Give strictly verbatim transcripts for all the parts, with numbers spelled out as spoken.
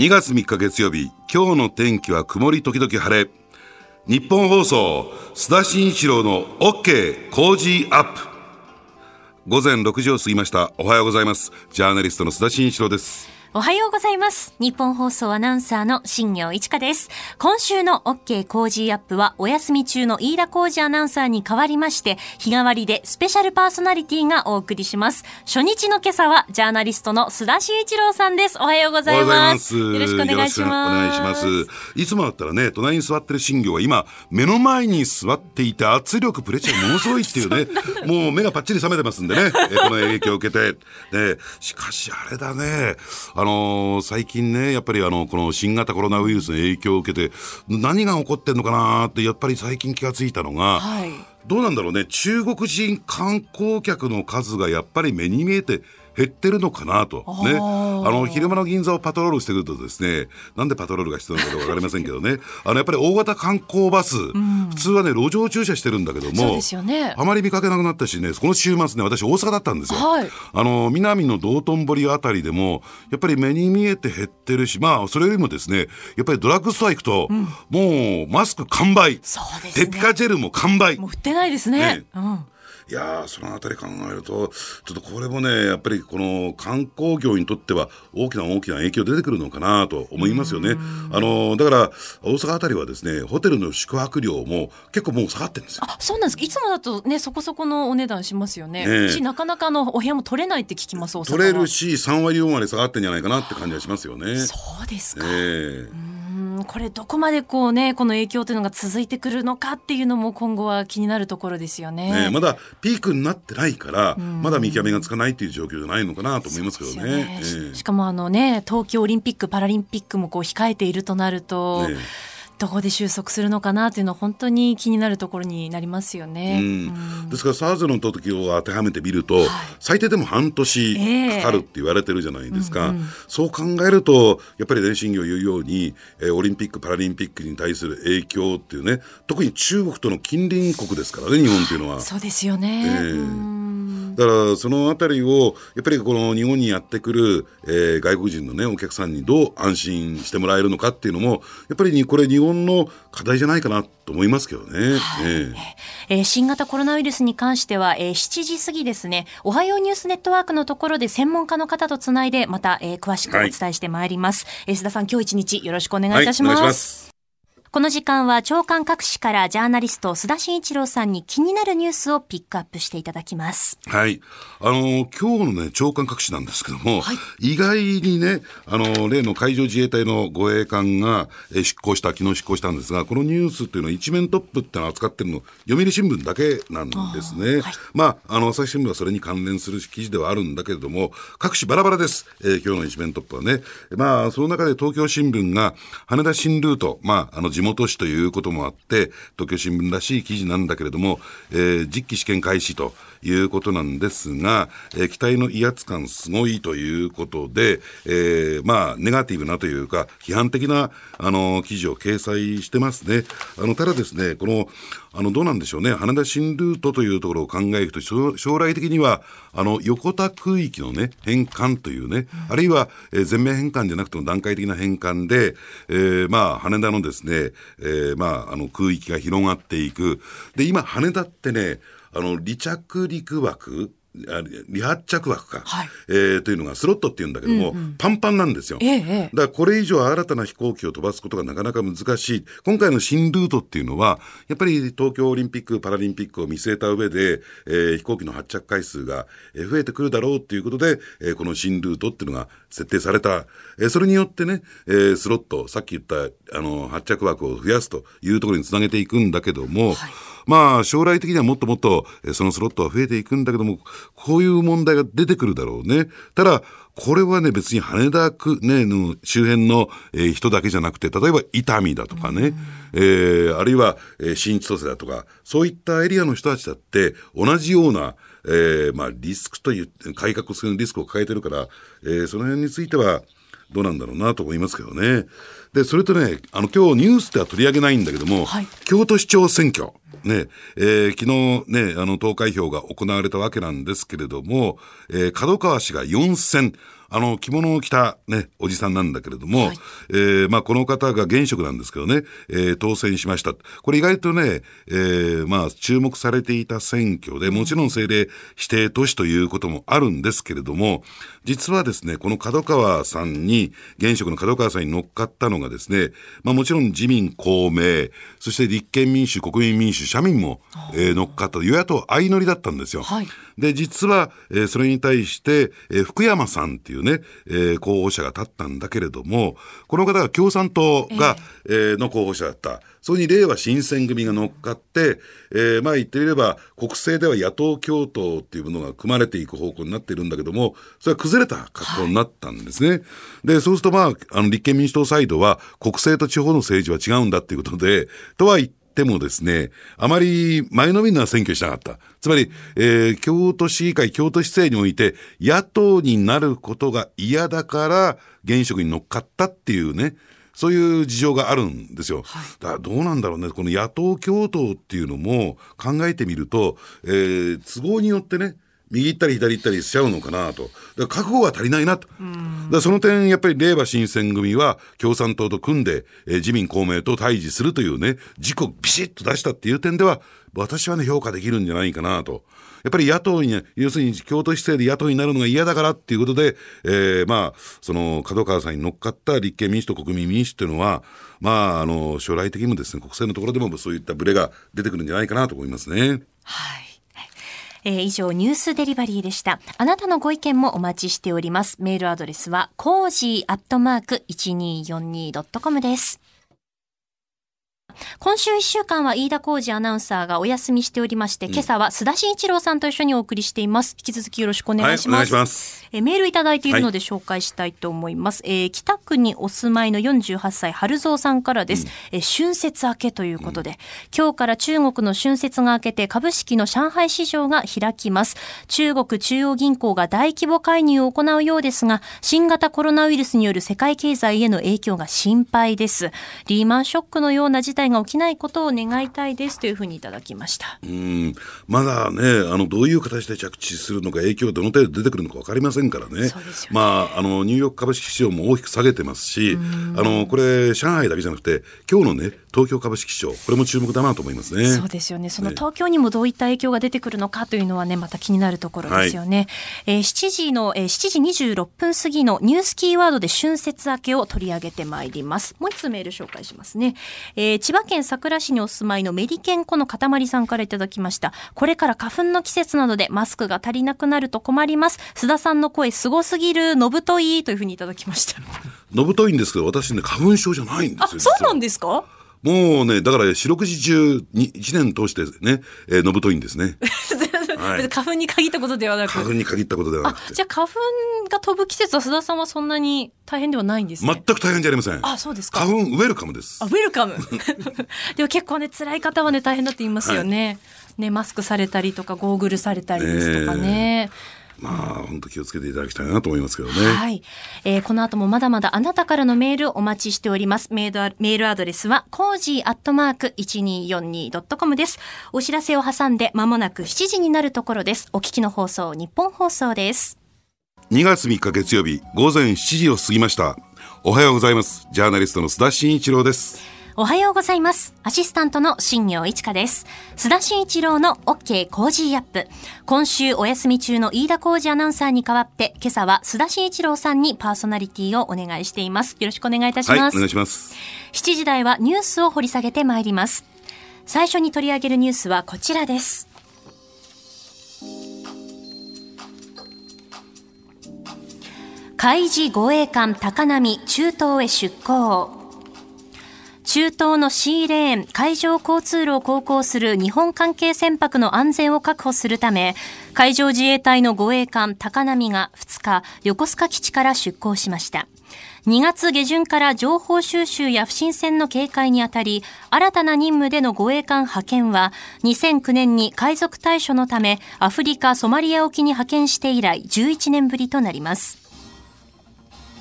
にがつみっか月曜日、今日の天気は曇り時々晴れ。日本放送須田慎一郎の OK 工事アップ。午前ろくじを過ぎました。おはようございます。ジャーナリストの須田慎一郎です。 おはようございます。日本放送アナウンサーの新業一華です。今週の OK 工事アップはお休み中の飯田浩二アナウンサーに代わりまして、日替わりでスペシャルパーソナリティがお送りします。初日の今朝はジャーナリストの須田慎一郎さんです。おはようございます。よろしくお願いします。 お願いします。いつもだったらね、隣に座ってる新業は今目の前に座っていて、圧力プレッシャーものすごいっていうねもう目がパッチリ覚めてますんでねえこの影響を受けて、ね、しかしあれだね、あのー、最近ね、やっぱりあのこの新型コロナウイルスの影響を受けて何が起こってんのかなってやっぱり最近気がついたのが、はい、どうなんだろうね、中国人観光客の数がやっぱり目に見えて減ってるのかなとね。あの昼間の銀座をパトロールしてくるとですね、なんでパトロールが必要なのか分かりませんけどねあのやっぱり大型観光バス、うん、普通はね路上駐車してるんだけども、 そうですよね、 あまり見かけなくなったしね、この週末ね、私大阪だったんですよ、はい、あの南の道頓堀あたりでもやっぱり目に見えて減ってるし、まあそれよりもですね、やっぱりドラッグストア行くと、うん、もうマスク完売、 そうですね、 テピカジェルも完売、 もう売ってないですね、ね、うん、 いやー、そのあたり考えるとちょっとこれもね、やっぱりこの観光業にとっては大きな大きな影響出てくるのかなと思いますよね。あのだから大阪あたりはですね、ホテルの宿泊料も結構もう下がってるんですよ。 あ、そうなんですか。いつもだとね、そこそこのお値段しますよね。ね、しなかなかのお部屋も取れないって聞きます。大阪は取れるしさんわりよんわり下がってんじゃないかなって感じがしますよね。 そうですか、 えーこれどこまでこうね、この影響というのが続いてくるのかっていうのも今後は気になるところですよ ね, ね。まだピークになってないからまだ見極めがつかないっていう状況じゃないのかなと思いますけど ね, ね、 えー、し, しかもあのね、東京オリンピックパラリンピックもこう控えているとなると、ね、どこで収束するのかなというのは本当に気になるところになりますよね。うん、 うん、ですから SARS の時を当てはめてみると、はい、最低でも半年かかるって言われてるじゃないですか、えーうんうん、そう考えるとやっぱりね、新業言うように、えー、オリンピックパラリンピックに対する影響っていうね、特に中国との近隣国ですからね、日本っていうのは。 そうですよね、 えー、うんだからそのあたりをやっぱりこの日本にやってくる、えー、外国人のねお客さんにどう安心してもらえるのかっていうのもやっぱりこれ日本の課題じゃないかなと思いますけどね。はい、えーえー、新型コロナウイルスに関しては、えー、しちじ過ぎですね、おはようニュースネットワークのところで専門家の方とつないでまた、えー、詳しくお伝えしてまいります。はい、えー、須田さん、今日一日よろしくお願いいたします。はい、お願いします。この時間は朝刊各紙からジャーナリスト須田慎一郎さんに気になるニュースをピックアップしていただきます。 はい。あの、今日のね、朝刊各紙なんですけども、はい、意外にね、あの、例の海上自衛隊の護衛艦が、えー、出港した、昨日出港したんですが、このニュースっていうのは一面トップってのを扱ってるの、読売新聞だけなんですね。はい、まあ、あの、朝日新聞はそれに関連する記事ではあるんだけれども、各紙バラバラです。えー、今日の一面トップはね。まあ、その中で東京新聞が、羽田新ルート、まあ、あの、地元紙ということもあって東京新聞らしい記事なんだけれども、えー、実機試験開始ということなんですが、えー、機体の威圧感すごいということで、えー、まあネガティブなというか批判的なあの記事を掲載してますね。あのただですね、このあのどうなんでしょうね、羽田新ルートというところを考えると将来的にはあの横田空域のね返還というね、うん、あるいは、えー、全面返還じゃなくても段階的な返還で、えー、まあ羽田のですね、えー、まああの空域が広がっていく。で今羽田ってね、あの離着陸枠離発着枠か、はい、えー、というのがスロットっていうんだけども、うんうん、パンパンなんですよ、ええ、だからこれ以上新たな飛行機を飛ばすことがなかなか難しい。今回の新ルートっていうのはやっぱり東京オリンピックパラリンピックを見据えた上で、えー、飛行機の発着回数が増えてくるだろうっていうことで、えー、この新ルートっていうのが設定された、えー、それによってね、えー、スロットさっき言ったあの発着枠を増やすというところにつなげていくんだけども、はい、まあ将来的にはもっともっとそのスロットは増えていくんだけども、こういう問題が出てくるだろうね。ただこれはね、別に羽田区、ね、の周辺の、えー、人だけじゃなくて、例えば伊丹だとかね、えー、あるいは、えー、新千歳だとか、そういったエリアの人たちだって同じような、えー、まあリスクという改革するリスクを抱えてるから、えー、その辺についてはどうなんだろうなと思いますけどね。でそれとね、あの今日ニュースでは取り上げないんだけども、はい、京都市長選挙、 ねえー、昨日ね、あの投開票が行われたわけなんですけれども、えー、門川氏がよん選、あの着物を着たねおじさんなんだけれども、はい、えー、まあこの方が現職なんですけどね、えー、当選しました。これ意外とね、えー、まあ注目されていた選挙で、もちろん政令指定都市ということもあるんですけれども、実はですね、この門川さんに、現職の門川さんに乗っかったのがですね、まあもちろん自民公明、そして立憲民主、国民民主、社民も、えー、乗っかった与野党相乗りだったんですよ。はい、で、実は、えー、それに対して、えー、福山さんっていうね、えー、候補者が立ったんだけれども、この方が共産党が、えーえー、の候補者だった。それに令和新選組が乗っかって、えー、まあ言ってみれば国政では野党共闘っていうものが組まれていく方向になっているんだけども、それは崩れた格好になったんですね。はい、で、そうするとまあ、あの立憲民主党サイドは国政と地方の政治は違うんだっていうことで、とは言ってでもですね、あまり前のめりな選挙しなかった。つまり、えー、京都市議会、京都市政において野党になることが嫌だから現職に乗っかったっていうね、そういう事情があるんですよ。はい、だからどうなんだろうね、この野党共闘っていうのも考えてみると、えー、都合によってね、右行ったり左行ったりしちゃうのかなと。だから覚悟が足りないなと。だからその点やっぱり令和新選組は共産党と組んで、えー、自民公明と対峙するというね、自己ビシッと出したっていう点では私はね評価できるんじゃないかなと。やっぱり野党に、要するに京都市政で野党になるのが嫌だからっていうことで、えー、まあその門川さんに乗っかった立憲民主と国民民主っていうのは、まああの将来的にもですね、国政のところでもそういったブレが出てくるんじゃないかなと思いますね。 はい。えー、以上ニュースデリバリーでした。あなたのご意見もお待ちしております。メールアドレスはコージーアットマーク いちにーよんにードットコム です。今週いっしゅうかんは飯田浩司アナウンサーがお休みしておりまして、うん、今朝は須田慎一郎さんと一緒にお送りしています。引き続きよろしくお願いします。はい、お願いします。えメールいただいているので紹介したいと思います。はい、えー、北区にお住まいのよんじゅうはっさい春蔵さんからです。うん、え春節明けということで、うん、今日から中国の春節が明けて株式の上海市場が開きます。中国中央銀行が大規模介入を行うようですが、新型コロナウイルスによる世界経済への影響が心配です。リーマンショックのような事態が起きないことを願いたいですというふうにいただきました。 うーん、まだね、あのどういう形で着地するのか、影響がどの程度出てくるのか分かりませんからね。そうですよね。まあ、あのニューヨーク株式市場も大きく下げてますし、あのこれ上海だけじゃなくて今日のね東京株式市場、これも注目だなと思いますね。 そうですよね。その東京にもどういった影響が出てくるのかというのはね、また気になるところですよね。はい、えー、しちじの、えー、しちじにじゅうろっぷん過ぎのニュースキーワードで春節明けを取り上げてまいります。もう一つメール紹介しますね。えー、千葉県佐倉市にお住まいのメリケンコのかたまりさんからいただきました。これから花粉の季節などでマスクが足りなくなると困ります。須田さんの声すごすぎる、のぶといというふうにいただきました。 のぶといんですけど、私ね花粉症じゃないんですよ。 あ、そうなんですか。 もうね、だから四六時中にいちねん通してね、えー、のぶといんですね。 はい、花粉に限ったことではなく、 花粉に限ったことではなくて、 あ、じゃあ花粉が飛ぶ季節は須田さんはそんなに大変ではないんですね。 全く大変じゃありません。 あ、そうですか。 花粉ウェルカムです。 あ、ウェルカムでも結構ね、辛い方はね大変だって言いますよね。はい、ね、マスクされたりとかゴーグルされたりですとかね。 まあ本当気をつけていただきたいなと思いますけどね。 はい、えー、この後もまだまだあなたからのメールお待ちしております。メール、メールアドレスはコージーアットマーク いちにーよんにードットコム です。お知らせを挟んで間もなくしちじになるところです。お聞きの放送、日本放送です。 にがつみっか月曜日午前しちじを過ぎました。おはようございます。ジャーナリストの須田慎一郎です。 おはようございます。アシスタントの新業一華です。須田慎一郎の OK コージーアップ。今週お休み中の飯田浩司アナウンサーに代わって、今朝は須田慎一郎さんにパーソナリティをお願いしています。よろしくお願いいたします。はい、 お願いします。 しちじ台はニュースを掘り下げてまいります。最初に取り上げるニュースはこちらです。海自護衛艦高波中東へ出港。中東のシーレーン、海上交通路を航行する日本関係船舶の安全を確保するため、海上自衛隊の護衛艦高波がふつか、横須賀基地から出港しました。にがつげじゅんから情報収集や不審船の警戒にあたり、新たな任務での護衛艦派遣は、にせんきゅうねんに海賊対処のため、アフリカ・ソマリア沖に派遣して以来、じゅういちねんぶりとなります。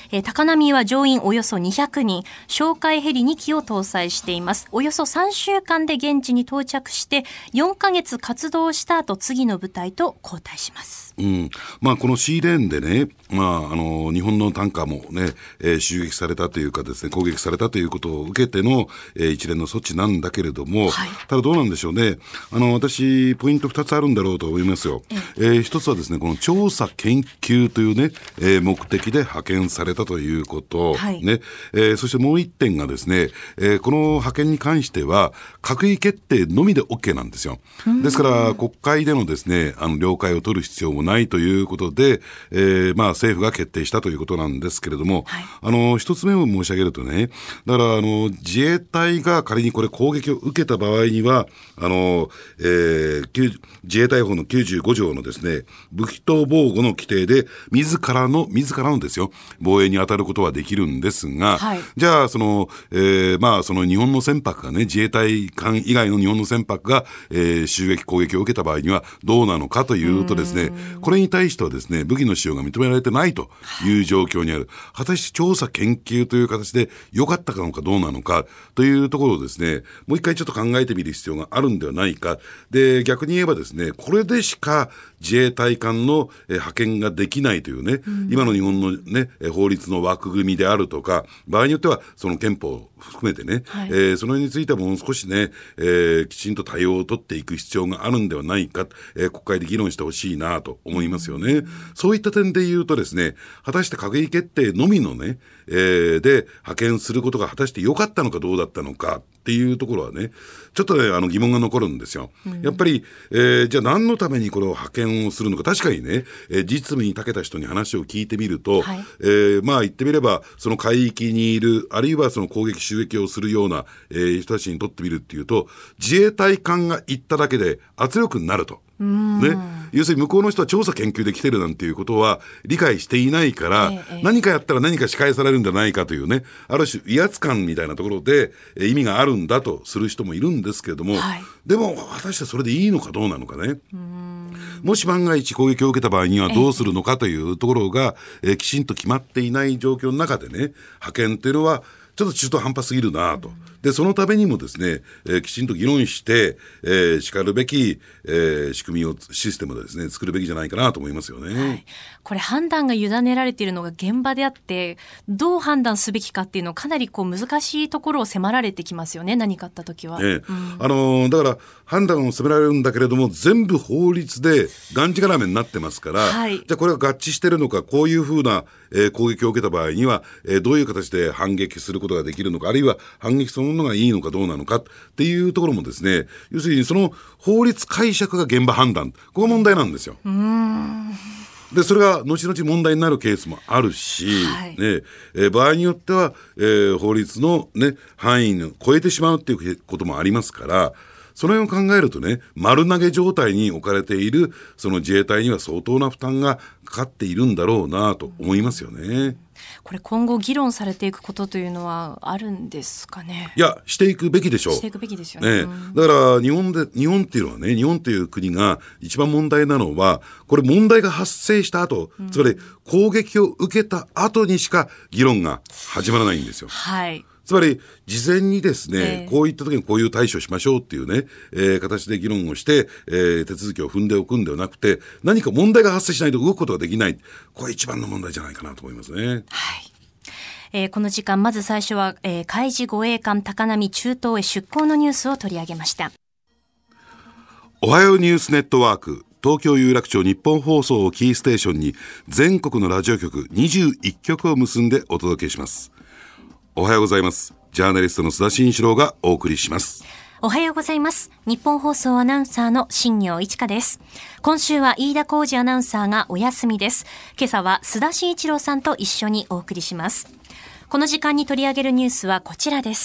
えー、高波は乗員およそにひゃくにん、哨戒ヘリにきを搭載しています。およそさんしゅうかんで現地に到着してよんかげつ活動した後、次の部隊と交代します。 うん、まあこの C レーンでね、まああの日本のタンカーもね、えー、襲撃されたというかですね、攻撃されたということを受けての、えー、一連の措置なんだけれども、はい、ただどうなんでしょうね。あの私ポイントふたつあるんだろうと思いますよ。えー、一つはですね、この調査研究というね、えー、目的で派遣されたということ、はい、ね、えー、そしてもう一点がですね、えー、この派遣に関しては閣議決定のみで OK なんですよ。ですから国会でのですね、あの了解を取る必要もないということで、えー、まあ政府が決定したということなんですけれども、はい、あの一つ目を申し上げるとね、だからあの自衛隊が仮にこれ攻撃を受けた場合には、あの、えー、自衛隊法のきゅうじゅうごじょうのですね、武器等防護の規定で自らの自らのですよ、防衛に当たることはできるんですが、はい、じゃあその、えー、まあその日本の船舶がね、自衛隊艦以外の日本の船舶が、えー、襲撃攻撃を受けた場合にはどうなのかというとですね、これに対してはですね、武器の使用が認められてないという状況にある。果たして調査研究という形で良かったのかどうなのかというところをですね、もう一回ちょっと考えてみる必要があるんではないか。で、逆に言えばですね、これでしか自衛隊艦の派遣ができないというね、うん、今の日本のね、法律の枠組みであるとか、場合によってはその憲法を含めてね、はい、えー、その辺についてはもう少しね、えー、きちんと対応を取っていく必要があるんではないか、えー、国会で議論してほしいなと思いますよね。うん、そういった点で言うとですね、果たして閣議決定のみのね、えー、で派遣することが果たして良かったのかどうだったのかっていうところはね、ちょっとね、あの疑問が残るんですよ。うん、やっぱり、えー、じゃあ何のためにこれを派遣をするのか、確かにね、えー、実務に長けた人に話を聞いてみると、はい、えー、まあ言ってみれば、その海域にいる、あるいはその攻撃襲撃をするような、えー、人たちにとってみるっていうと、自衛隊艦が行っただけで圧力になると。ね、要するに向こうの人は調査研究で来てるなんていうことは理解していないから、ええ、何かやったら何か仕返されるんじゃないかというね、ある種威圧感みたいなところでえ意味があるんだとする人もいるんですけれども、はい、でも果たしてそれでいいのかどうなのかね。うーん、もし万が一攻撃を受けた場合にはどうするのかというところが、ええ、きちんと決まっていない状況の中でね、派遣というのはちょっと中途半端すぎるなと。で、そのためにもですね、えー、きちんと議論して、えー、しかるべき、えー、仕組みを、システムでですね、作るべきじゃないかなと思いますよね。はい、これ判断が委ねられているのが現場であって、どう判断すべきかっていうのをかなりこう難しいところを迫られてきますよね、何かあったときは。ね、うん、あのー、だから判断を迫られるんだけれども、全部法律でがんじがらめになってますから、はい、じゃあこれが合致してるのか、こういうふうな、えー、攻撃を受けた場合には、えー、どういう形で反撃することができるのか、あるいは反撃そのものがいいのかどうなのかっていうところもですね、要するにその法律解釈が現場判断、ここが問題なんですよ。うーん、でそれが後々問題になるケースもあるし、はい、ね、えー、場合によっては、えー、法律の、ね、範囲を超えてしまうっていうこともありますから、その辺を考えるとね、丸投げ状態に置かれているその自衛隊には相当な負担がかかっているんだろうなと思いますよね。 これ今後議論されていくことというのはあるんですかね。 いや、していくべきでしょう。 していくべきですよね。 ね、だから日本で、日本っていうのはね、日本っていう国が一番問題なのは、これ問題が発生した後、うん、つまり攻撃を受けた後にしか議論が始まらないんですよ。はい。つまり事前にですね、えー、こういった時にこういう対処しましょうっていうね、えー、形で議論をして、えー、手続きを踏んでおくんではなくて、何か問題が発生しないと動くことができない。これ一番の問題じゃないかなと思いますね。はい。 えー、この時間まず最初は、えー、海自護衛艦高波中東へ出港のニュースを取り上げました。 おはようニュースネットワーク、東京有楽町日本放送をキーステーションに全国のラジオ局にじゅういっきょくを結んでお届けします。おはようございます。ジャーナリストの須田慎一郎がお送りします。 おはようございます。日本放送アナウンサーの新業一華です。今週は飯田浩二アナウンサーがお休みです。今朝は須田慎一郎さんと一緒にお送りします。この時間に取り上げるニュースはこちらです。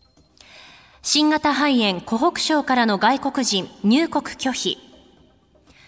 新型肺炎湖北省からの外国人入国拒否。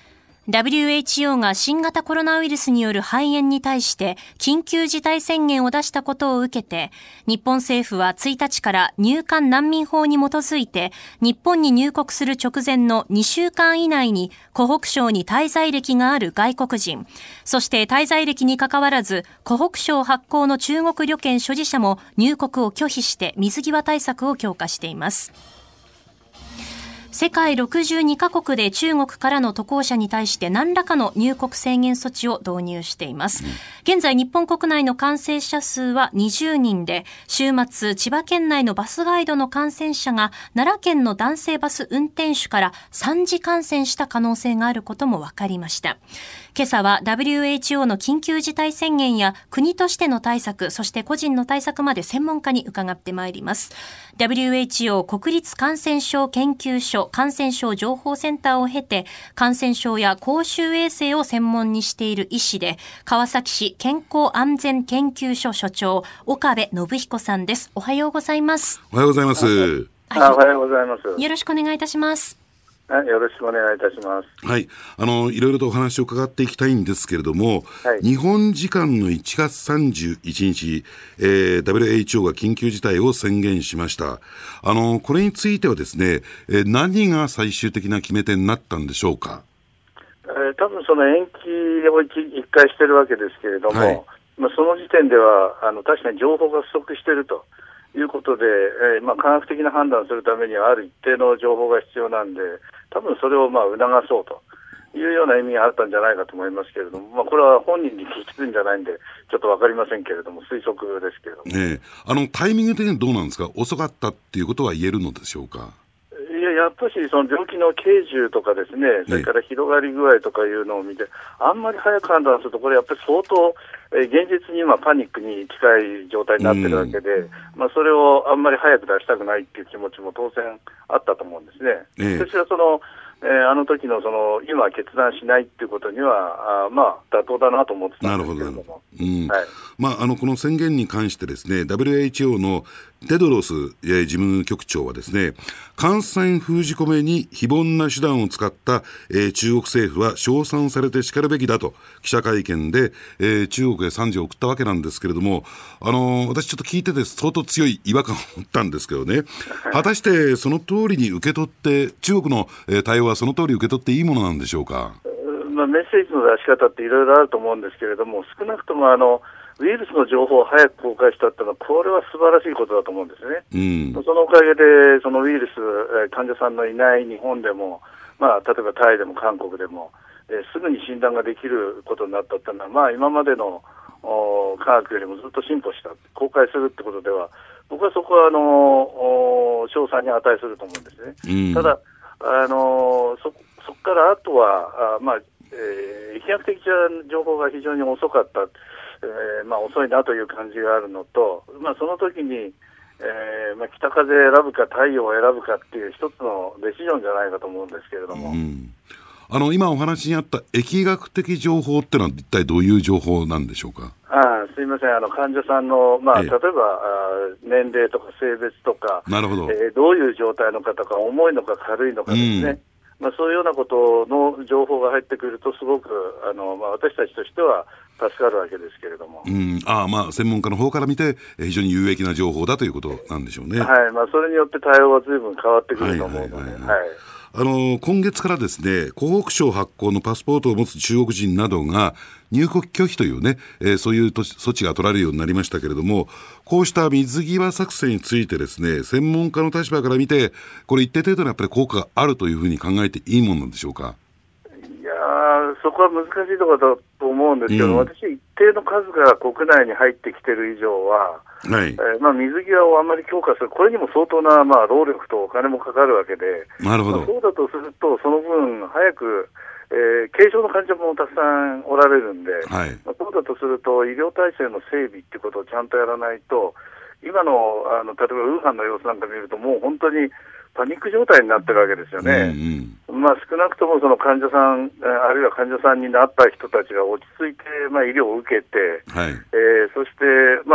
ダブリューエイチオー が新型コロナウイルスによる肺炎に対して緊急事態宣言を出したことを受けて、日本政府はついたちから入管難民法に基づいて、日本に入国する直前のにしゅうかん以内に湖北省に滞在歴がある外国人、そして滞在歴に関わらず湖北省発行の中国旅券所持者も入国を拒否して水際対策を強化しています。世界ろくじゅうにカ国で中国からの渡航者に対して何らかの入国制限措置を導入しています。現在日本国内の感染者数はにじゅうにんで、週末千葉県内のバスガイドの感染者が奈良県の男性バス運転手からさん次感染した可能性があることも分かりました。今朝は ダブリューエイチオー の緊急事態宣言や国としての対策、そして個人の対策まで専門家に伺ってまいります。ダブリューエイチオー 国立感染症研究所感染症情報センターを経て、感染症や公衆衛生を専門にしている医師で、川崎市健康安全研究所所長、岡部信彦さんです。おはようございます。 おはようございます。 あ、おはようございます。 よろしくお願いいたします。 はい、よろしくお願いいたします。 はい、あのいろいろとお話を伺っていきたいんですけれども、はい、日本時間のいちがつさんじゅういちにち、えー、ダブリューエイチオー が緊急事態を宣言しました。あのこれについてはですね、えー、何が最終的な決め手になったんでしょうか。 えー、多分その延期を一回してるわけですけれども、はい、まあ、その時点ではあの確かに情報が不足しているということで、えーまあ、科学的な判断をするためにはある一定の情報が必要なんで、多分それをまあ促そうというような意味があったんじゃないかと思いますけれども、まあ、これは本人に聞いてるんじゃないんでちょっと分かりませんけれども、推測ですけれども、 ね、あのタイミング的にどうなんですか。遅かったっていうことは言えるのでしょうか。 いや、やっぱりその病気の軽重とかですね、それから広がり具合とかいうのを見て、あんまり早く判断すると、これやっぱり相当、えー、現実に今パニックに近い状態になってるわけで、まあ、それをあんまり早く出したくないっていう気持ちも当然あったと思うんですね。ええ、私はそのえー、あの時のその今決断しないっていうことにはあまあ妥当だなと思ってたんですけれども。なるほど、うんはい、 まあ、あのこの宣言に関してですね、 ダブリューエイチオー のテドロス事務局長はですね、感染封じ込めに非凡な手段を使った、えー、中国政府は称賛されてしかるべきだと記者会見で、えー、中国へ賛辞を送ったわけなんですけれども、あのー、私ちょっと聞いてて相当強い違和感を持ったんですけどね、果たしてその通りに受け取って中国の、えー、対応はその通り受け取っていいものなんでしょうか。 まあ、メッセージの出し方っていろいろあると思うんですけれども、少なくともあのウイルスの情報を早く公開したっていうのは、これは素晴らしいことだと思うんですね。うん、そのおかげでそのウイルス、えー、患者さんのいない日本でも、まあ、例えばタイでも韓国でも、えー、すぐに診断ができることになったっていうのは、まあ、今までの科学よりもずっと進歩した、公開するってことでは、僕はそこはあの称賛に値すると思うんですね。うん、ただあのそそこからあとは、あまあえー、疫学的な情報が非常に遅かった、えーまあ、遅いなという感じがあるのと、まあ、その時に、えーまあ、北風選ぶか太陽を選ぶかっていう一つのデシジョンじゃないかと思うんですけれども、うん、 あの今お話にあった疫学的情報ってのは一体どういう情報なんでしょうか。 あすみません、あの患者さんの、まあ、例えば、ええ、年齢とか性別とか、 なるほど、 えー、どういう状態の方か、重いのか軽いのかですね、うん、まあ、そういうようなことの情報が入ってくるとすごくあの、まあ、私たちとしては助かるわけですけれども、 うん、あまあ専門家の方から見て非常に有益な情報だということなんでしょうね。 はい、まあ、それによって対応は随分変わってくると思うので、はいはいはいはい、 あの今月からですね、湖北省発行のパスポートを持つ中国人などが入国拒否というね、えー、そういう措置が取られるようになりましたけれども、こうした水際作戦についてですね、専門家の立場から見てこれ一定程度のやっぱり効果があるというふうに考えていいものなんでしょうか。 いやそこは難しいところだと思うんですけど、うん、私一定の数が国内に入ってきている以上は、はい、えーまあ、水際をあまり強化する、これにも相当な、まあ、労力とお金もかかるわけで、 なるほど、 まあ、そうだとするとその分早く、えー、軽症の患者もたくさんおられるんで、はい、まあ、そうだとすると医療体制の整備っていうことをちゃんとやらないと、今の、あの例えばウーハンの様子なんか見るともう本当にパニック状態になってるわけですよね。うんうん、まあ、少なくともその患者さんあるいは患者さんになった人たちが落ち着いて、まあ、医療を受けて、はい、えー、そして、まあ、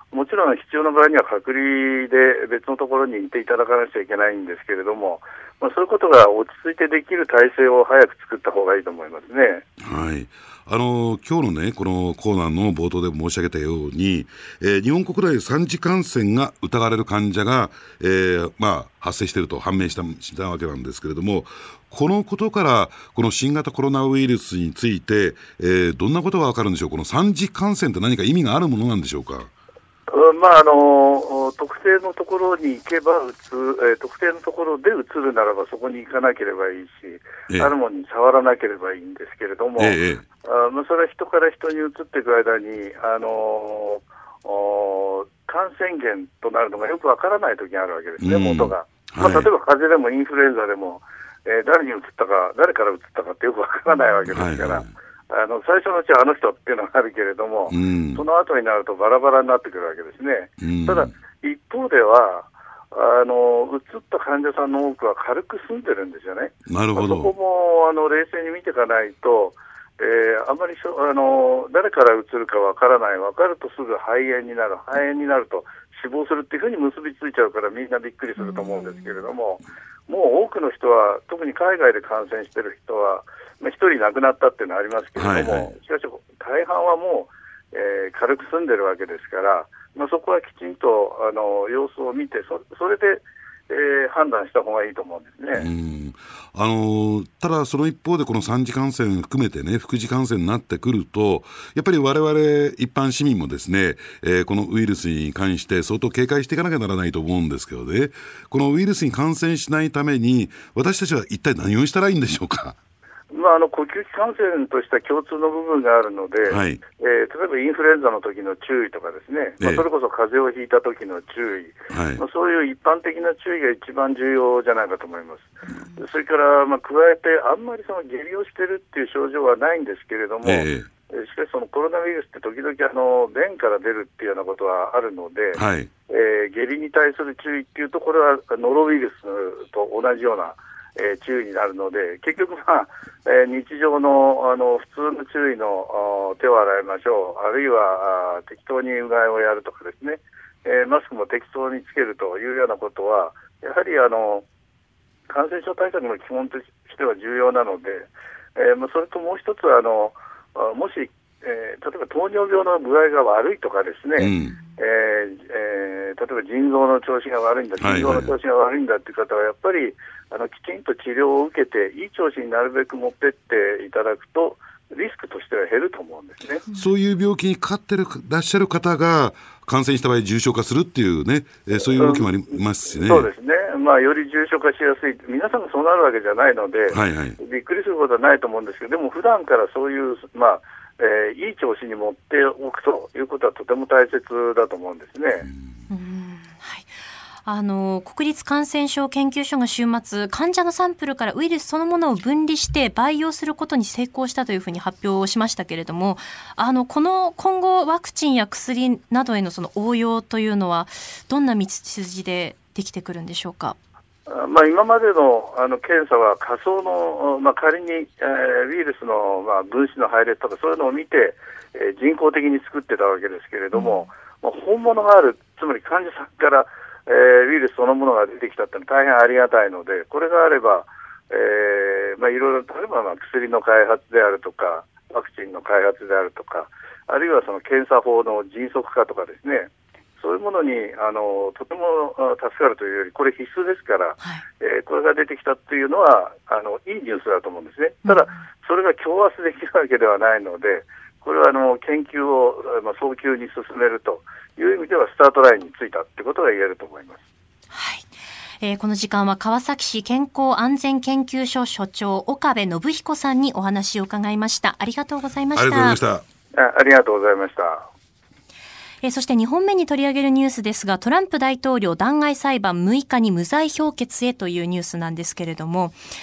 もちろん必要な場合には隔離で別のところにいていただかなくちゃいけないんですけれども、まあ、そういうことが落ち着いてできる体制を早く作った方がいいと思いますね。 はい。あの、今日のね、このコーナーの冒頭で申し上げたように、えー、日本国内でさん次感染が疑われる患者が、えー、まあ、発生していると判明した、したわけなんですけれども、このことから、この新型コロナウイルスについて、えー、どんなことがわかるんでしょう。このさん次感染って何か意味があるものなんでしょうか。 まあ、あの特定のところに行けばうつ、えー、特定のところでうつるならばそこに行かなければいいし、ええ、あるものに触らなければいいんですけれども、ええあまあ、それは人から人に移っていく間に、あのー、感染源となるのがよくわからないときがあるわけですね、元が。まあ、例えば風邪でもインフルエンザでも、えー、誰に移ったか、誰から移ったかってよくわからないわけですから。はいはい、あの最初のうちはあの人っていうのがあるけれども、うん、その後になるとバラバラになってくるわけですね。うん、ただ、一方ではあの、移った患者さんの多くは軽く済んでるんですよね。 なるほど。 そこもあの冷静に見ていかないと、えー、あまりしょあの誰から移るかわからない、わかるとすぐ肺炎になる、肺炎になると死亡するっていうふうに結びついちゃうからみんなびっくりすると思うんですけれども、うん、もう多くの人は、特に海外で感染している人は、まあ、一人亡くなったっていうのはありますけれども、はいはい、しかし大半はもう、えー、軽く済んでるわけですから、まあ、そこはきちんとあの様子を見て、そ, それで、えー、判断した方がいいと思うんですね。 うんあのただ、その一方でこの三次感染含めてね、副次感染になってくると、やっぱり我々一般市民もですね、えー、このウイルスに関して相当警戒していかなきゃならないと思うんですけどね、このウイルスに感染しないために私たちは一体何をしたらいいんでしょうか。 まあ、あの呼吸器感染とした共通の部分があるので、はい、えー、例えばインフルエンザの時の注意とかですね、まあ、それこそ風邪をひいた時の注意、はい、まあ、そういう一般的な注意が一番重要じゃないかと思います。うん、それから、まあ、加えてあんまりその下痢をしているっていう症状はないんですけれども、えー、しかしそのコロナウイルスって時々あの便から出るっていうようなことはあるので、はい、えー、下痢に対する注意っていうと、これはノロウイルスと同じようなえー、注意になるので、結局、まあえー、日常 の, あの普通の注意の手を洗いましょう、あるいは適当にうがいをやるとかですね、えー、マスクも適当につけるというようなことは、やはりあの感染症対策の基本としては重要なので、えーまあ、それともう一つはあの、もし、えー、例えば糖尿病の具合が悪いとかですね、うん、えーえー、例えば腎臓の調子が悪いんだ、腎臓の調子が悪いんだという方は、やっぱりあのきちんと治療を受けて、いい調子になるべく持ってっていただくと、リスクとしては減ると思うんですね。 そういう病気にかかってらっしゃる方が感染した場合、重症化するっていうね、えー、そういう動きもありますしね。 そうですね、まあ、より重症化しやすい、皆さんがそうなるわけじゃないので、はいはい、びっくりすることはないと思うんですけど、でも普段からそういう、まあえー、いい調子に持っておくということはとても大切だと思うんですね。 うん、はい、あの国立感染症研究所が週末、患者のサンプルからウイルスそのものを分離して培養することに成功したというふうに発表をしましたけれども、あのこの今後ワクチンや薬などへのその応用というのはどんな道筋でできてくるんでしょうか。 まあ、今まで の, あの検査は仮想の、まあ、仮に、えー、ウイルスの、まあ、分子の配列とかそういうのを見て、えー、人工的に作ってたわけですけれども、うん、まあ、本物がある、つまり患者さんから、えー、ウイルスそのものが出てきたってのは大変ありがたいので、これがあれば、えーまあ、いろいろ例えばまあ薬の開発であるとかワクチンの開発であるとか、あるいはその検査法の迅速化とかですね、そういうものにあのとても助かるというより、これ必須ですから、はい、えー、これが出てきたというのはあのいいニュースだと思うんですね。ただ、それが今日明日できるわけではないので、これはあの研究を、まあ、早急に進めるという意味ではスタートラインについたということが言えると思います。 はい、えー、この時間は川崎市健康安全研究所所長岡部信彦さんにお話を伺いました。ありがとうございました。 ありがとうございました。 あ、ありがとうございました。 えー、そしてにほんめに取り上げるニュースですが、トランプ大統領弾劾裁判むいかに無罪評決へというニュースなんですけれども、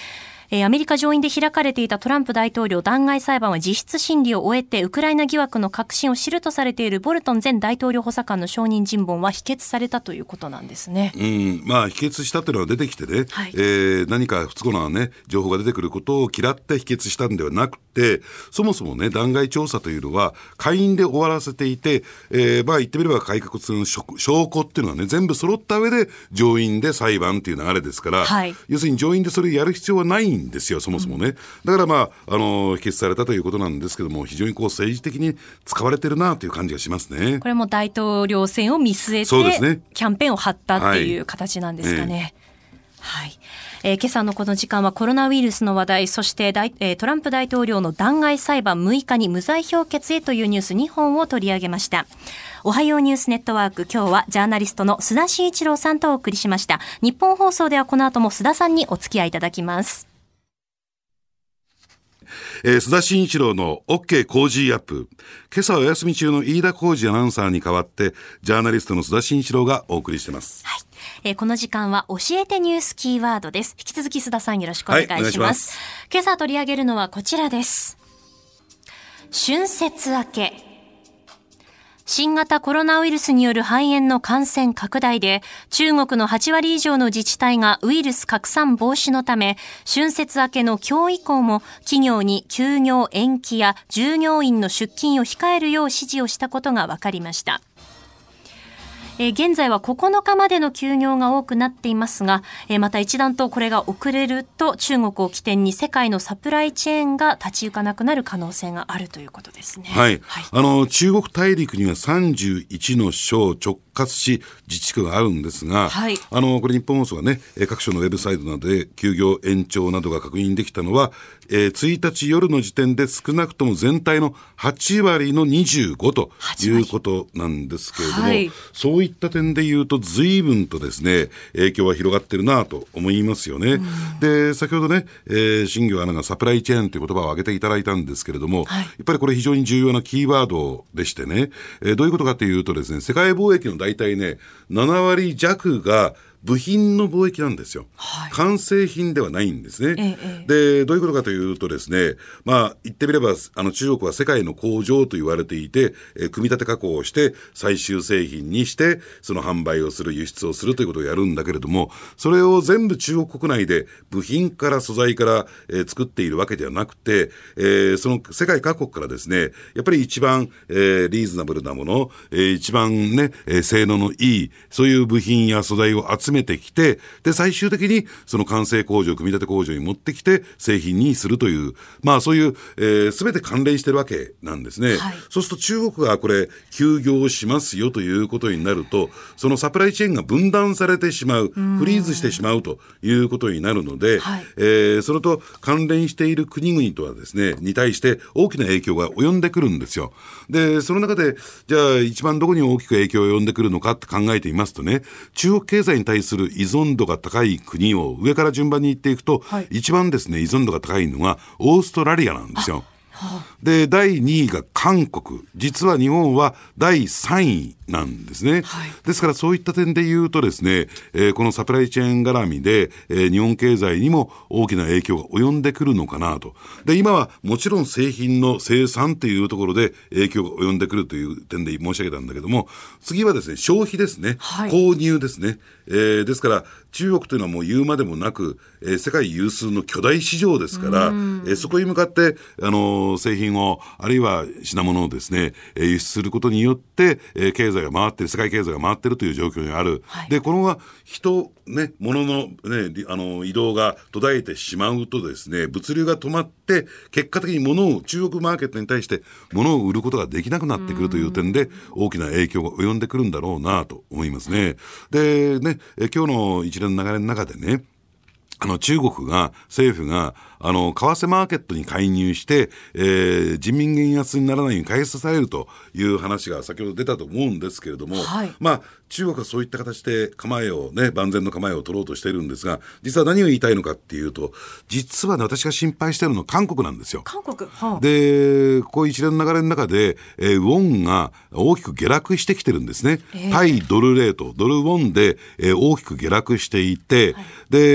えー、アメリカ上院で開かれていたトランプ大統領弾劾裁判は実質審理を終えて、ウクライナ疑惑の核心を知るとされているボルトン前大統領補佐官の証人尋問は否決されたということなんですね。 うん、まあ否決したというのは出てきてね、はい、えー、何か不都合な、ね、情報が出てくることを嫌って否決したんではなくて、そもそもね、弾劾調査というのは下院で終わらせていて、えー、まあ言ってみれば改革の証拠っていうのはね、全部揃った上で上院で裁判っていう流れですから、はい、要するに上院でそれやる必要はないんですよ、そもそもね。うん、だからまあ、あのー、否決されたということなんですけども、非常にこう政治的に使われてるなという感じがしますね。 これも大統領選を見据えて、そうですね、キャンペーンを張ったっていう形なんですかね。はい、はい、えー、今朝のこの時間はコロナウイルスの話題、そして大、えー、トランプ大統領の弾劾裁判むいかに無罪評決へというニュースにほんを取り上げました。おはようニュースネットワーク、今日はジャーナリストの須田慎一郎さんとお送りしました。日本放送ではこの後も須田さんにお付き合いいただきます。 えー、須田慎一郎の OK 工事アップ。今朝はお休み中の飯田浩司アナウンサーに代わってジャーナリストの須田慎一郎がお送りしています。 はい、えー、この時間は教えてニュースキーワードです。引き続き須田さんよろしくお願いします。はい、お願いします。今朝取り上げるのはこちらです。春節明け。新型コロナウイルスによる肺炎の感染拡大で、中国のはちわり以上の自治体がウイルス拡散防止のため、春節明けの今日以降も企業に休業延期や従業員の出勤を控えるよう指示をしたことが分かりました。えー、現在はここのかまでの休業が多くなっていますが、えー、また一段とこれが遅れると中国を起点に世界のサプライチェーンが立ち行かなくなる可能性があるということですね。 はい。はい、あの、中国大陸にはさんじゅういちの省直轄市自治区があるんですが、はい、あの、これ日本放送がね、各所のウェブサイトなどで休業延長などが確認できたのは、えー、ついたち夜の時点で少なくとも全体のはちわりのにじゅうごということなんですけれども、はい、そういった点で言うと随分とですね、影響は広がってるなと思いますよね。うん、で、先ほどね、えー、新業アナがサプライチェーンという言葉を挙げていただいたんですけれども、はい、やっぱりこれ非常に重要なキーワードでしてね、えー、どういうことかというとですね、世界貿易の大体ね、ななわりじゃくが部品の貿易なんですよ。はい、完成品ではないんですね。ええ、で、どういうことかというとですね、まあ、言ってみれば、あの、中国は世界の工場と言われていて、えー、組み立て加工をして、最終製品にして、その販売をする、輸出をするということをやるんだけれども、それを全部中国国内で部品から素材から、えー、作っているわけではなくて、えー、その世界各国からですね、やっぱり一番、えー、リーズナブルなもの、えー、一番ね、えー、性能のいい、そういう部品や素材を集めてきて、で、最終的にその完成工場、組み立て工場に持ってきて製品にするという、まあそういう、えー、全て関連してるわけなんですね。はい、そうすると中国がこれ休業しますよということになると、そのサプライチェーンが分断されてしまう、フリーズしてしまうということになるので、はい、えー、それと関連している国々とはですね、に対して大きな影響が及んでくるんですよ。で、その中で、じゃあ一番どこに大きく影響が及んでくるのかって考えてみますとね、中国経済に対する依存度が高い国を上から順番に言っていくと、はい、一番ですね、依存度が高いのがオーストラリアなんですよ。で、だいにいが韓国、実は日本はだいさんいなんですね。はい、ですからそういった点で言うとですね、えー、このサプライチェーン絡みで、えー、日本経済にも大きな影響が及んでくるのかなと。で、今はもちろん製品の生産というところで影響が及んでくるという点で申し上げたんだけども、次はですね、消費ですね。はい、購入ですね。えー、ですから中国というのはもう言うまでもなく、えー、世界有数の巨大市場ですから、えー、そこに向かって、あのー、製品をあるいは品物をですね、えー、輸出することによって、えー、経済が回ってる、世界経済が回ってるという状況にある。はい、で、この人、ね、物の、ね、あの移動が途絶えてしまうとですね、物流が止まって結果的に物を中国マーケットに対して物を売ることができなくなってくるという点で大きな影響が及んでくるんだろうなと思いますね。でね、え今日の一連の流れの中でね、あの中国が政府があの為替マーケットに介入して、えー、人民元安にならないように買い支えるという話が先ほど出たと思うんですけれども、はい、まあ中国はそういった形で構えをね、万全の構えを取ろうとしているんですが、実は何を言いたいのかっていうと、実はね、私が心配しているのは韓国なんですよ。 韓国、はあ、 で、こういう一連の流れの中で、えー、ウォンが大きく下落してきてるんですね。えー、対ドルレート、ドルウォンで、えー、大きく下落していて、はい、で、場合に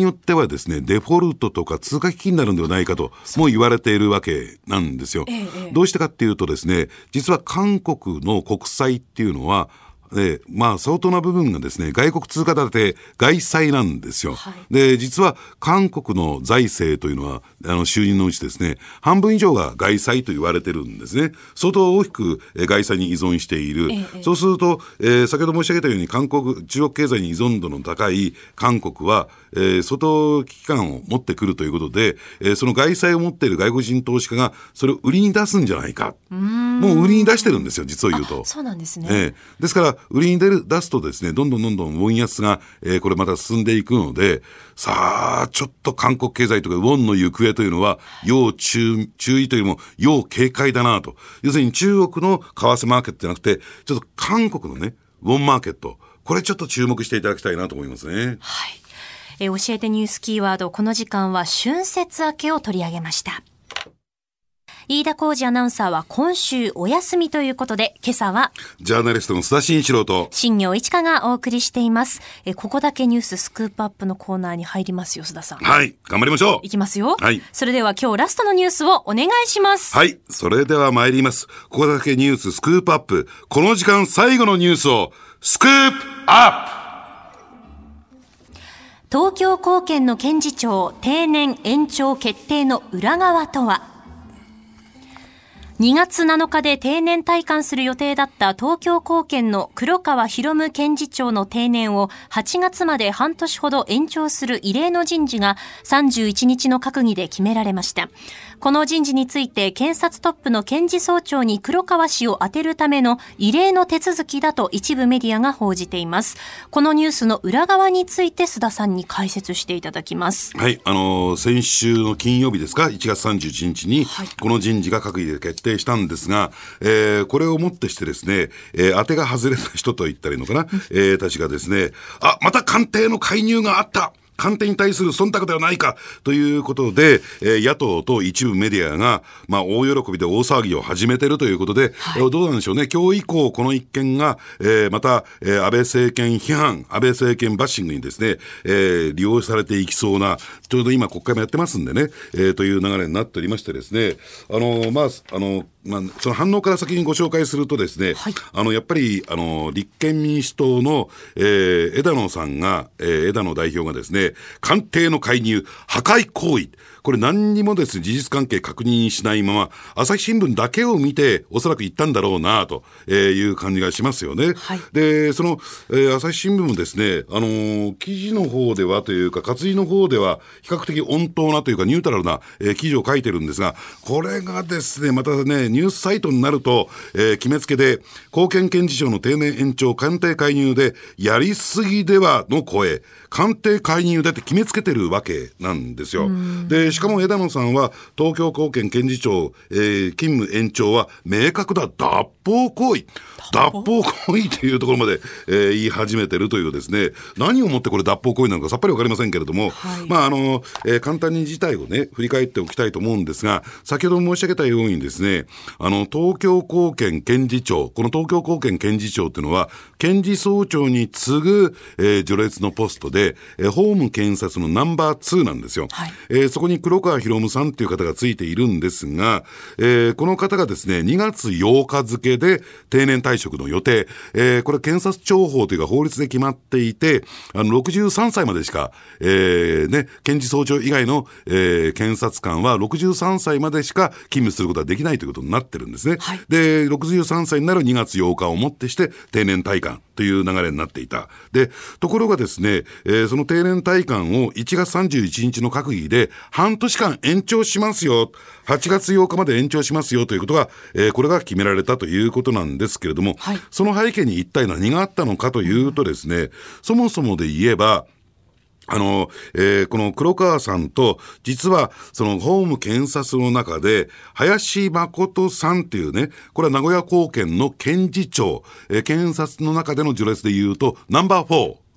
よってはですね、デフォルトとか通貨危機になるんではないかとも言われているわけなんですよ。ええ、どうしてかっていうとですね、実は韓国の国債っていうのはで、まあ相当な部分がですね、外国通貨建て外債なんですよ。はい、で、実は韓国の財政というのは、あの収入のうちですね、半分以上が外債と言われてるんですね。相当大きく外債に依存している。ええ、そうすると、えー、先ほど申し上げたように韓国、中国経済に依存度の高い韓国は、えー、相当危機感を持ってくるということで、えー、その外債を持っている外国人投資家がそれを売りに出すんじゃないか。うーん、もう売りに出してるんですよ、実を言うと。 そうなんですね。 えー、ですから、売りに出る、出すとですね、どんどんどんどんウォン安が、えー、これまた進んでいくので、さあ、ちょっと韓国経済とかウォンの行方というのは、要注、注意というよりも、要警戒だなと。要するに中国の為替マーケットじゃなくて、ちょっと韓国のね、ウォンマーケット、これちょっと注目していただきたいなと思いますね。 はい。えー、教えてニュースキーワード、この時間は春節明けを取り上げました。飯田浩司アナウンサーは今週お休みということで、今朝はジャーナリストの須田慎一郎と新業一華がお送りしています。えここだけニューススクープアップのコーナーに入りますよ、須田さん。 はい、頑張りましょう。 いきますよ。 はい。 それでは今日ラストのニュースをお願いします。 はい、それでは参ります。ここだけニューススクープアップ。この時間最後のニュースをスクープアップ。 東京高検の検事長定年延長決定の裏側とは。にがつなのかで定年退官する予定だった東京高検の黒川博夢検事長の定年をはちがつまで半年ほど延長する異例の人事がさんじゅういちにちの閣議で決められました。この人事について検察トップの検事総長に黒川氏を充てるための異例の手続きだと一部メディアが報じています。このニュースの裏側について須田さんに解説していただきます。 はい、あのー、先週の金曜日ですか、いちがつさんじゅういちにちにこの人事が閣議で決定したんですが、えー、これをもってしてですね、えー、当てが外れた人と言ったらいいのかな、えー、たちがですね、あ、また官邸の介入があった、官邸に対する忖度ではないかということで、えー、野党と一部メディアが、まあ、大喜びで大騒ぎを始めているということで、はい、えー、どうなんでしょうね。今日以降、この一件が、えー、また、えー、安倍政権批判、安倍政権バッシングにですね、えー、利用されていきそうな、ちょうど今国会もやってますんでね、えー、という流れになっておりましてですね、あのー、まあ、あのー、まあ、その反応から先にご紹介するとですね、はい、あのやっぱりあの立憲民主党の、えー、枝野さんが、えー、枝野代表がですね、官邸の介入破壊行為、これ何にもですね、事実関係確認しないまま朝日新聞だけを見ておそらく言ったんだろうなという感じがしますよね。はい、でその、えー、朝日新聞もですね、あのー、記事の方ではというか活字の方では比較的穏当なというかニュートラルな、えー、記事を書いてるんですが、これがですねまたねニュースサイトになると、えー、決めつけで高検検事長の定年延長官邸介入でやりすぎではの声、官邸介入でって決めつけてるわけなんですよ。でしかも枝野さんは東京高検検事長、えー、勤務延長は明確だ脱法行為脱法行為というところまで、えー、言い始めてるというですね、何をもってこれ脱法行為なのかさっぱりわかりませんけれども、はい、まああの、えー、簡単に事態をね振り返っておきたいと思うんですが、先ほど申し上げたようにですね、あの東京高検検事長、この東京高検検事長というのは検事総長に次ぐ、えー、序列のポストで、えー、法務検察のナンバーツーなんですよ。はい、えー、そこに黒川博夢さんという方がついているんですが、えー、この方がですねにがつようか付で定年退職の予定、えー、これ検察庁法というか法律で決まっていて、あのろくじゅうさんさいまでしか、えーね、検事総長以外の、えー、検察官はろくじゅうさんさいまでしか勤務することはできないということになってるんですね。はい、でろくじゅうさんさいになるにがつようかをもってして定年退官という流れになっていた。でところがですね、えー、その定年退官をいちがつさんじゅういちにちの閣議で半年間延長しますよ、はちがつようかまで延長しますよということが、えー、これが決められたということなんですけれども、はい、その背景に一体何があったのかというとですね、そもそもで言えばあの、えー、この黒川さんと、実は、その、法務検察の中で、林誠さんっていうね、これは名古屋高検の検事長、えー、検察の中での序列で言うと、ナンバーフォー。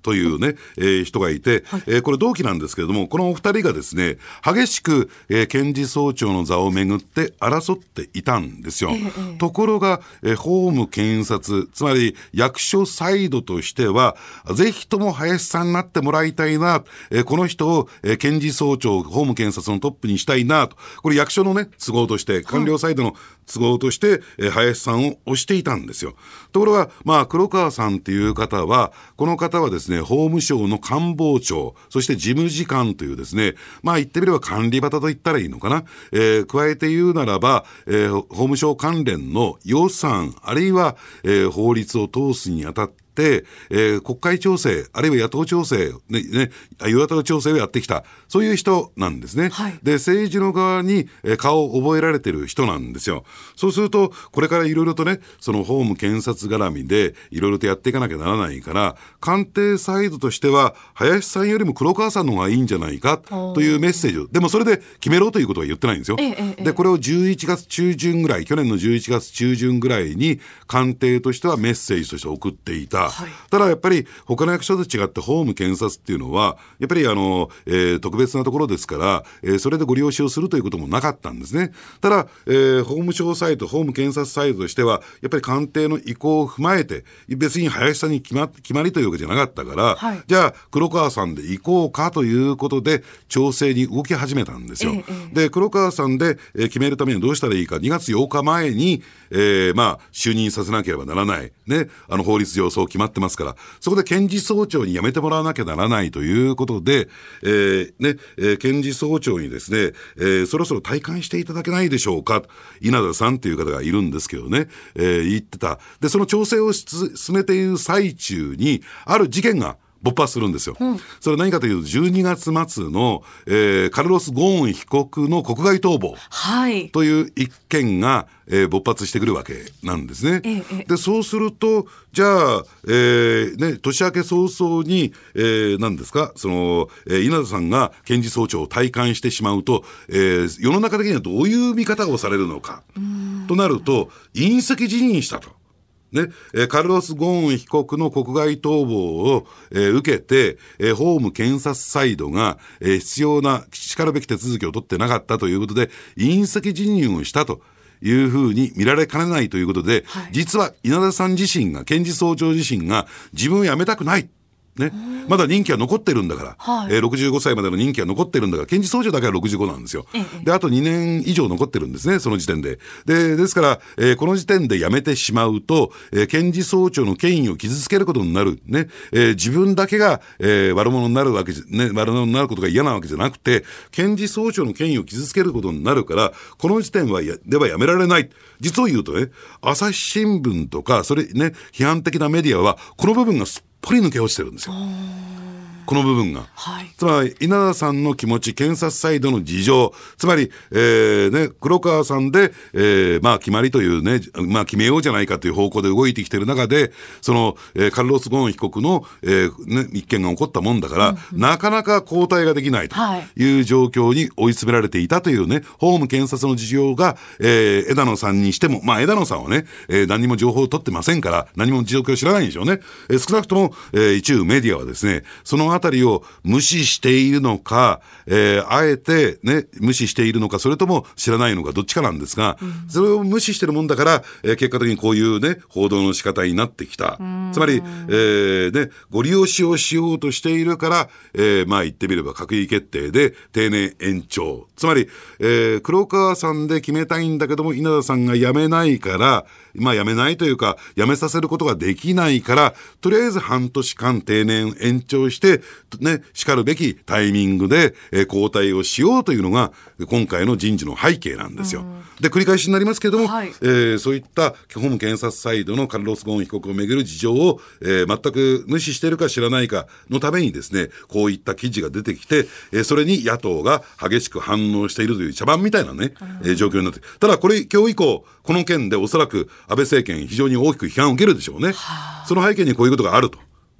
というね、えー、人がいて、はい、えー、これ同期なんですけれども、このお二人がですね、激しく、えー、検事総長の座をめぐって争っていたんですよ。えー、ところが、えー、法務検察、つまり役所サイドとしては、ぜひとも林さんになってもらいたいな、えー、この人を、えー、検事総長、法務検察のトップにしたいなと、これ役所のね、都合として、官僚サイドの都合として、えー、林さんを推していたんですよ。ところが、まあ、黒川さんっていう方は、この方はですね、法務省の官房長、そして事務次官というですね、まあ言ってみれば管理旗と言ったらいいのかな。えー、加えて言うならば、えー、法務省関連の予算、あるいは、えー、法律を通すにあたって、で、えー、国会調整、あるいは野党調整、ね、ね、与野党調整をやってきた、そういう人なんですね。はい、で、政治の側に、えー、顔を覚えられてる人なんですよ。そうすると、これからいろいろとね、その法務検察絡みで、いろいろとやっていかなきゃならないから、官邸サイドとしては、林さんよりも黒川さんの方がいいんじゃないか、というメッセージを、でもそれで決めろということは言ってないんですよ。ええ、で、これをじゅういちがつ中旬ぐらい、去年のじゅういちがつ中旬ぐらいに、官邸としてはメッセージとして送っていた。はい、ただやっぱり他の役所と違って法務検察っていうのはやっぱりあの、えー、特別なところですから、えー、それでご利用しをするということもなかったんですね。ただ、えー、法務省サイド、法務検察サイドとしてはやっぱり官邸の意向を踏まえて別に林さんに決ま、決まりというわけじゃなかったから、はい、じゃあ黒川さんで行こうかということで調整に動き始めたんですよ。ええ、で黒川さんで、えー、決めるためにはどうしたらいいか、にがつようかまえに、えー、まあ就任させなければならないね、あの法律上そう決まってますから、そこで検事総長に辞めてもらわなきゃならないということで、えーねえー、検事総長にですね、えー、そろそろ退官していただけないでしょうか、稲田さんという方がいるんですけどね、えー、言ってた。でその調整を進めている最中にある事件が勃発するんですよ。うん、それは何かというとじゅうにがつ末の、えー、カルロス・ゴーン被告の国外逃亡という一件が、えー、勃発してくるわけなんですね。ええ、でそうするとじゃあ、えーね、年明け早々に、えー、何ですかその、えー、稲田さんが検事総長を退官してしまうと、えー、世の中的にはどういう見方をされるのかとなると引責辞任したと。ね、えー、カルロス・ゴーン被告の国外逃亡を、えー、受けて、えー、法務検察サイドが、えー、必要な叱るべき手続きを取ってなかったということで引責辞任をしたというふうに見られかねないということで、はい、実は稲田さん自身が検事総長自身が自分を辞めたくないね、まだ任期は残ってるんだから、はい、えー、ろくじゅうごさいまでの任期は残ってるんだから、検事総長だけはろくじゅうごなんですよ。ええ、であとにねん以上残ってるんですね、その時点で。でですから、えー、この時点で辞めてしまうと、えー、検事総長の権威を傷つけることになる、ね、えー、自分だけが、えー、悪者になるわけじゃ、ね、悪者になることが嫌なわけじゃなくて、検事総長の権威を傷つけることになるから、この時点はやでは辞められない。実を言うとね、朝日新聞とかそれね、批判的なメディアはこの部分がすっぽり抜け落ちてるんですよ。この部分が、はい、つまり稲田さんの気持ち、検察サイドの事情、つまり、えーね、黒川さんで、えーまあ、決まりというね、まあ、決めようじゃないかという方向で動いてきている中で、その、えー、カルロス・ゴーン被告の、えーね、一件が起こったもんだから、うんうん、なかなか交代ができないという状況に追い詰められていたというね、法務検察の事情が、えー、枝野さんにしても、まあ、枝野さんはね、えー、何も情報を取ってませんから、何も状況を知らないんでしょうね。えー、少なくとも、えー、一部メディアはですね、そのあたりを無視しているのか、えー、あえてね、無視しているのか、それとも知らないのか、どっちかなんですが、うん、それを無視してるもんだから、えー、結果的にこういうね、報道の仕方になってきた。つまり、えー、ね、ご利用しをしようとしているから、えー、まあ言ってみれば閣議決定で定年延長。つまり、えー、黒川さんで決めたいんだけども、稲田さんが辞めないから、まあ辞めないというか、辞めさせることができないから、とりあえず半年間定年延長して、ね、叱るべきタイミングで、えー、交代をしようというのが、今回の人事の背景なんですよ。で、繰り返しになりますけれども、はい、えー、そういった法務検察サイドのカルロス・ゴーン被告をめぐる事情を、えー、全く無視しているか知らないかのためにですね、こういった記事が出てきて、えー、それに野党が激しく反応しているという茶番みたいなね、えー、状況になって、ただこれ今日以降、この件でおそらく安倍政権非常に大きく批判を受けるでしょうね。その背景にこういうことがあると。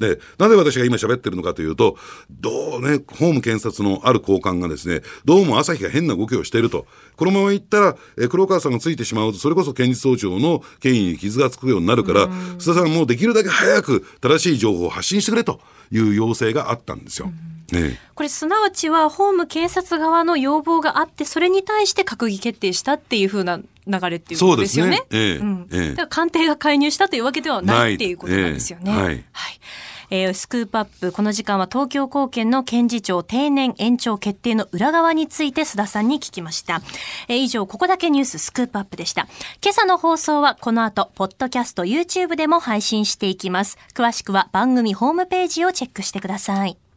で、なぜ私が今喋ってるのかというと、どうね、法務検察のある高官がですね、どうも朝日が変な動きをしていると。このままいったら、え黒川さんがついてしまうと、それこそ検事総長の権威に傷がつくようになるから、須田さんもうできるだけ早く正しい情報を発信してくれという要請があったんですよ。ね、 これすなわちは法務検察側の要望があって、それに対して閣議決定したっていう風な流れっていうことですよね。 そうですね。ええうんええ、 だから官邸が介入したというわけではないっていうことなんですよね。 ええ、はい。 はいえー、スクープアップ、この時間は東京高検の検事長定年延長決定の裏側について須田さんに聞きました。えー、以上、ここだけニューススクープアップでした。今朝の放送はこの後、ポッドキャスト、YouTube でも配信していきます。詳しくは番組ホームページをチェックしてください。